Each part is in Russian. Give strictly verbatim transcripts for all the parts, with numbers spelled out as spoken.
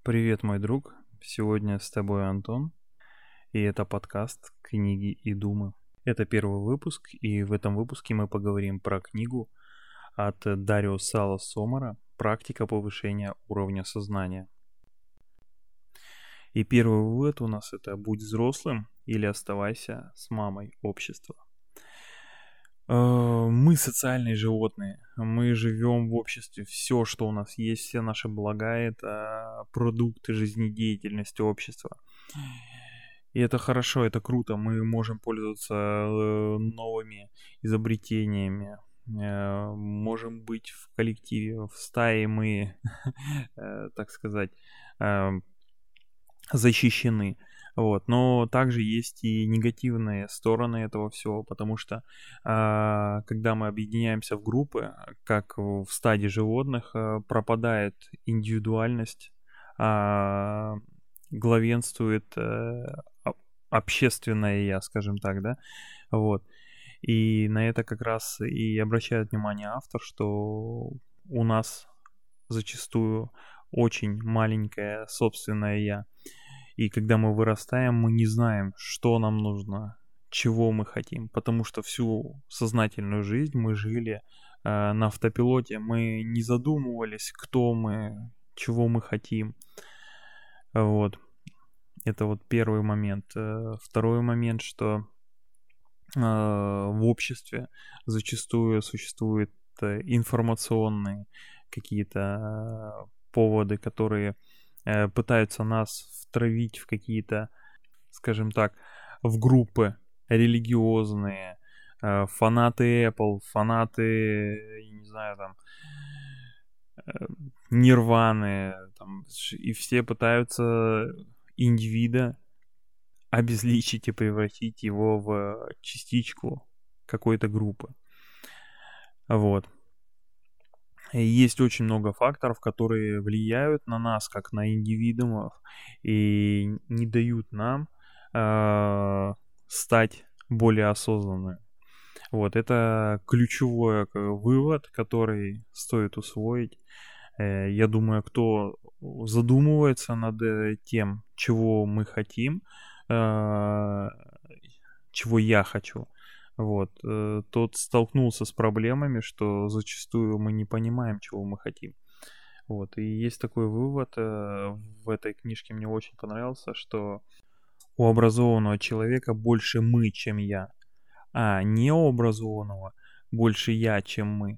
Привет, мой друг. Сегодня с тобой Антон, и это подкаст «Книги и думы». Это первый выпуск, и в этом выпуске мы поговорим про книгу от Дарио Сало Сомора «Практика повышения уровня сознания». И первый вывод у нас это «Будь взрослым или оставайся с мамой общества». Э, Мы социальные животные, мы живем в обществе, все, что у нас есть, все наши блага — это продукты жизнедеятельности общества. И это хорошо, это круто, мы можем пользоваться э, новыми изобретениями, э, можем быть в коллективе, в стае мы, э, так сказать, э, защищены. Вот. Но также есть и негативные стороны этого всего, потому что а, когда мы объединяемся в группы, как в стаде животных, а, пропадает индивидуальность, а, главенствует э, об- общественное я, скажем так, да, вот. И на это как раз и обращает внимание автор, что у нас зачастую очень маленькое собственное я. И когда мы вырастаем, мы не знаем, что нам нужно, чего мы хотим, потому что всю сознательную жизнь мы жили э, на автопилоте, мы не задумывались, кто мы, чего мы хотим. Вот, это вот первый момент. Э, Второй момент, что э, в обществе зачастую существуют э, информационные какие-то э, поводы, которые э, пытаются нас втравить в какие-то, скажем так, в группы религиозные, э, фанаты Apple, фанаты, я не знаю, там, э, Нирваны, там, ш- и все пытаются индивида обезличить и превратить его в частичку какой-то группы. Вот. И есть очень много факторов, которые влияют на нас, как на индивидуумов, и не дают нам э, стать более осознанными. Вот, это ключевой э, вывод, который стоит усвоить. Э, Я думаю, кто задумывается над э, тем, чего мы хотим, э, чего я хочу, вот, э, тот столкнулся с проблемами, что зачастую мы не понимаем, чего мы хотим. Вот, и есть такой вывод э, в этой книжке, мне очень понравился, что у образованного человека больше мы, чем я, а необразованного больше я, чем мы.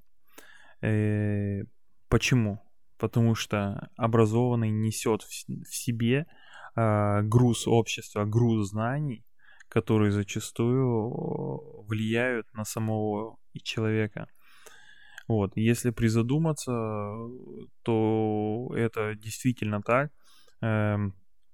Э, Почему? Потому что образованный несет в, с- в себе а, груз общества, груз знаний, которые зачастую э, влияют на самого и человека. Вот. Если призадуматься, э, то это действительно так. Эм,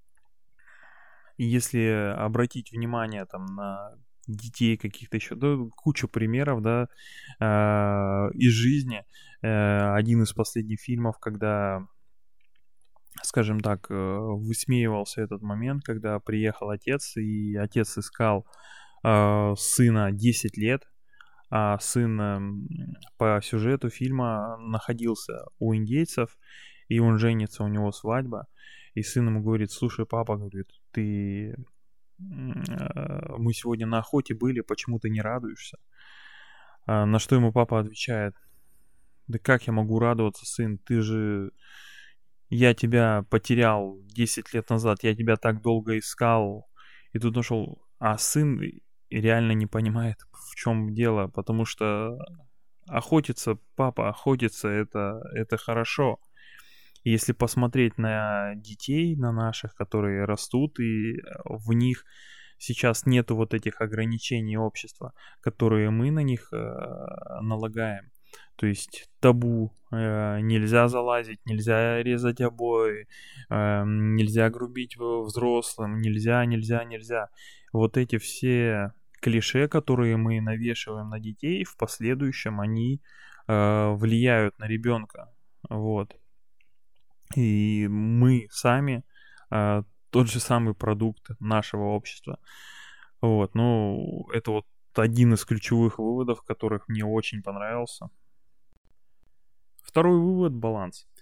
и если обратить внимание там на детей каких-то еще, да, кучу примеров, да, а, из жизни. Э, Один из последних фильмов, когда, скажем так, э, высмеивался этот момент, когда приехал отец, и отец искал а, сына десять лет, а сын эм, по сюжету фильма находился у индейцев, и он женится, у него свадьба, и сын ему говорит: слушай, папа, говорит, ты м, э, мы сегодня на охоте были, почему ты не радуешься? А, на что ему папа отвечает: да как я могу радоваться, сын, ты же... Я тебя потерял десять лет назад, я тебя так долго искал, и тут нашел. А сын и реально не понимает, в чем дело, потому что охотиться, папа, охотиться это, это хорошо. И если посмотреть на детей, на наших, которые растут, и в них сейчас нету вот этих ограничений общества, которые мы на них э, налагаем. То есть табу, э, нельзя залазить, нельзя резать обои, э, нельзя грубить в- взрослым, нельзя, нельзя, нельзя. Вот эти все клише, которые мы навешиваем на детей, в последующем они э, влияют на ребенка. Вот. И мы сами а, тот же самый продукт нашего общества. Вот, ну, это вот один из ключевых выводов, которых мне очень понравился. Второй вывод — баланс.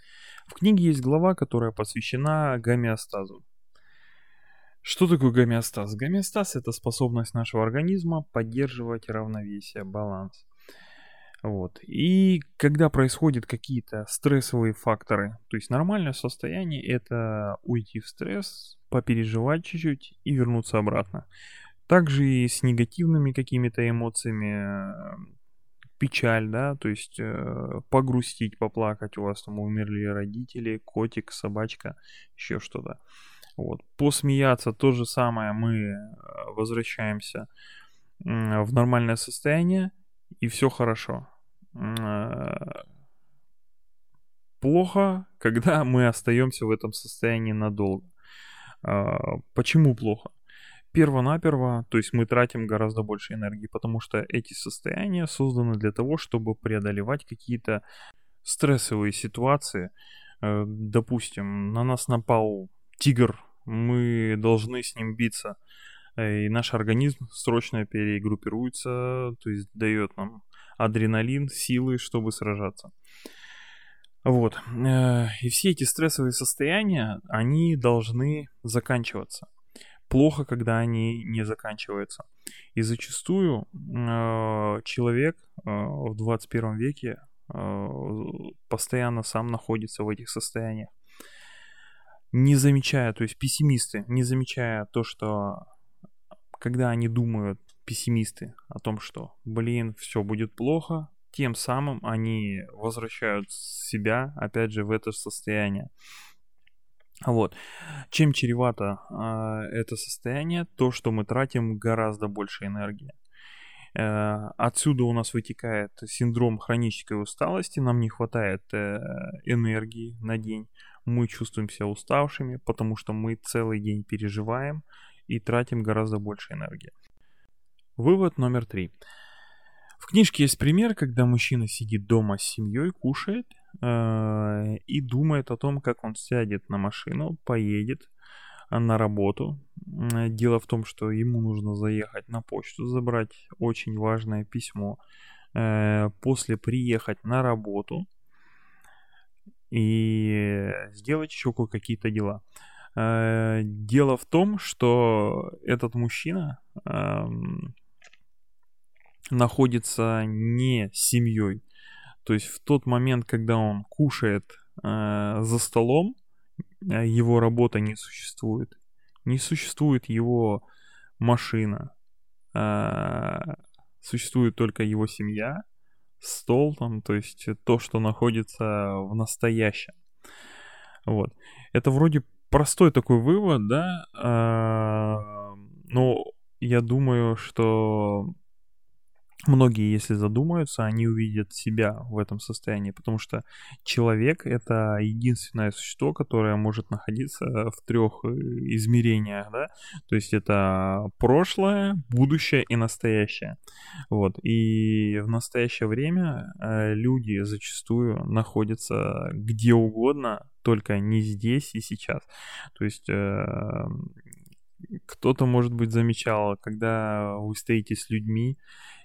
В книге есть глава, которая посвящена гомеостазу. Что такое гомеостаз? Гомеостаз — это способность нашего организма поддерживать равновесие, баланс. Вот. И когда происходят какие-то стрессовые факторы, то есть нормальное состояние — это уйти в стресс, попереживать чуть-чуть и вернуться обратно. Также и с негативными какими-то эмоциями, э, печаль, да, то есть э, погрустить, поплакать, у вас там умерли родители, котик, собачка, еще что-то. Вот. Посмеяться, то же самое, мы э, возвращаемся м, в нормальное состояние, и все хорошо. М, э, Плохо, когда мы остаемся в этом состоянии надолго. А, Почему плохо? Перво-наперво, то есть мы тратим гораздо больше энергии, потому что эти состояния созданы для того, чтобы преодолевать какие-то стрессовые ситуации. Э, Допустим, на нас напал тигр, мы должны с ним биться, э, и наш организм срочно перегруппируется, то есть дает нам адреналин, силы, чтобы сражаться. Вот. э, И все эти стрессовые состояния, они должны заканчиваться. Плохо, когда они не заканчиваются. И зачастую э, человек э, в двадцать первом веке э, постоянно сам находится в этих состояниях, не замечая, то есть пессимисты, не замечая то, что когда они думают, пессимисты, о том, что, блин, все будет плохо, тем самым они возвращают себя, опять же, в это состояние. Вот. Чем чревато а, это состояние? То, что мы тратим гораздо больше энергии. Э, Отсюда у нас вытекает синдром хронической усталости, нам не хватает э, энергии на день, мы чувствуем себя уставшими, потому что мы целый день переживаем и тратим гораздо больше энергии. Вывод номер три. В книжке есть пример, когда мужчина сидит дома с семьей, кушает э, и думает о том, как он сядет на машину, поедет а, на работу. М, Дело в том, что ему нужно заехать на почту, забрать очень важное письмо, э, после приехать на работу и сделать еще кое-какие-то дела. Э, Дело в том, что этот мужчина ам, находится не с семьей. То есть в тот момент, когда он кушает э, за столом, э, его работа не существует. Не существует его машина. э, Существует только его семья, стол там, то есть то, что находится в настоящем. Вот. Это вроде простой такой вывод, да, а, но я думаю, что многие, если задумаются, они увидят себя в этом состоянии, потому что человек — это единственное существо, которое может находиться в трех э, измерениях, да, то есть это прошлое, будущее и настоящее. Вот, и в настоящее время э, люди зачастую находятся где угодно, только не здесь и сейчас. То есть э, кто-то, может быть, замечал, когда вы стоите с людьми,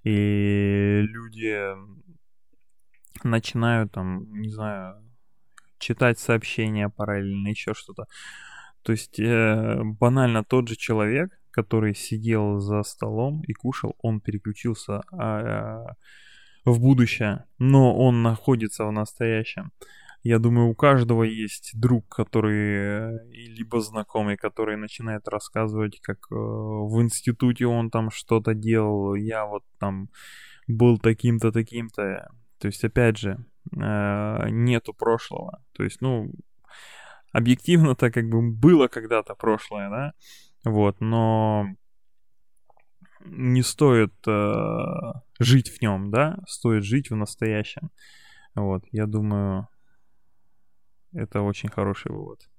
и люди начинают там, не знаю, читать сообщения параллельно, еще что-то. То есть э, банально тот же человек, который сидел за столом и кушал, он переключился а, в будущее, но он находится в настоящем. Я думаю, у каждого есть друг, который, э, и либо знакомый, который начинает рассказывать, как э, в институте он там что-то делал, я вот там был таким-то, таким-то. То есть, опять же, э, нету прошлого. То есть, ну, объективно-то как бы было когда-то прошлое, да, вот, но не стоит э, жить в нем, да, стоит жить в настоящем. Вот, я думаю, это очень хороший вывод.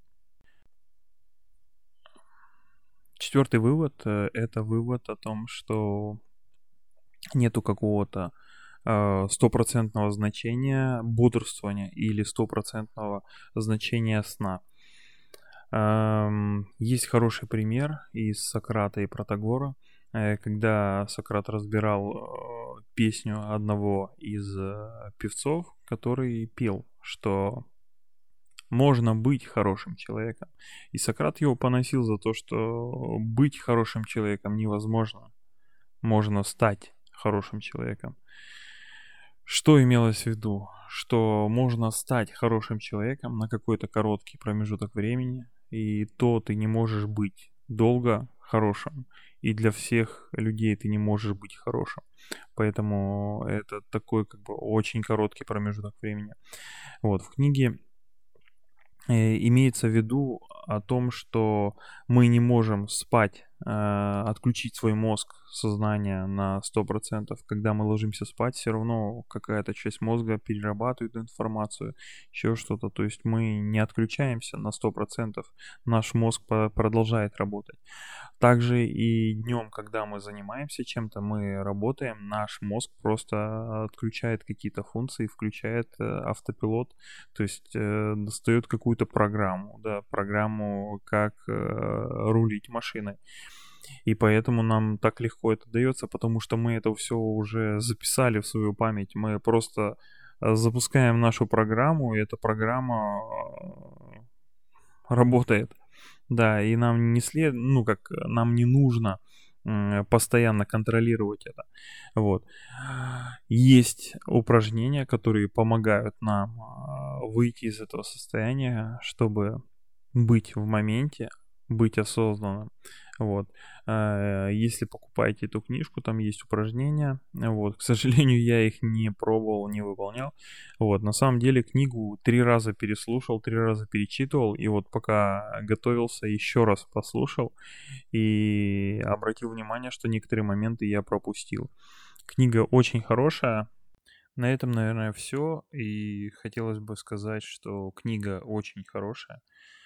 Четвертый вывод э, это вывод о том, что нету какого-то э, стопроцентного значения бодрствования или стопроцентного значения сна. Ам, Есть хороший пример из Сократа и Протагора, э, когда Сократ разбирал э, песню одного из э, певцов, который пел, что можно быть хорошим человеком. И Сократ его поносил за то, что быть хорошим человеком невозможно. Можно стать хорошим человеком. Что имелось в виду? Что можно стать хорошим человеком на какой-то короткий промежуток времени, и то ты не можешь быть долго хорошим, и для всех людей ты не можешь быть хорошим. Поэтому это такой как бы очень короткий промежуток времени. Вот, в книге э, имеется в виду о том, что мы не можем спать, э, отключить свой мозг, сознание на сто процентов. Когда мы ложимся спать, все равно какая-то часть мозга перерабатывает информацию, еще что-то. То есть мы не отключаемся на сто процентов. Наш мозг по- продолжает работать. Также и днем, когда мы занимаемся чем-то, мы работаем, наш мозг просто отключает какие-то функции, включает э, автопилот, то есть э, достает какую-то программу, да, программу, как э, рулить машиной. И поэтому нам так легко это дается, потому что мы это все уже записали в свою память. Мы просто э, запускаем нашу программу, и эта программа э, работает. Да, и нам не след, ну, как, э, нам не нужно м, постоянно контролировать это. Вот. Есть упражнения, которые помогают нам а, выйти из этого состояния, чтобы быть в моменте, быть осознанным. Вот. А, Если покупаете эту книжку, там есть упражнения. Вот. К сожалению, я их не пробовал, не выполнял. Вот. На самом деле книгу три раза переслушал, три раза перечитывал, и вот пока готовился, еще раз послушал и обратил внимание, что некоторые моменты я пропустил. Книга очень хорошая. На этом, наверное, все. И хотелось бы сказать, что книга очень хорошая.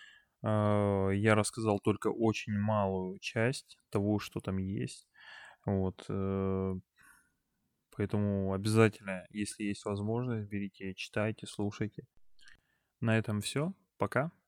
А, Я рассказал только очень малую часть того, что там есть. Вот. э, Поэтому обязательно, если есть возможность, берите, читайте, слушайте. На этом все. Пока.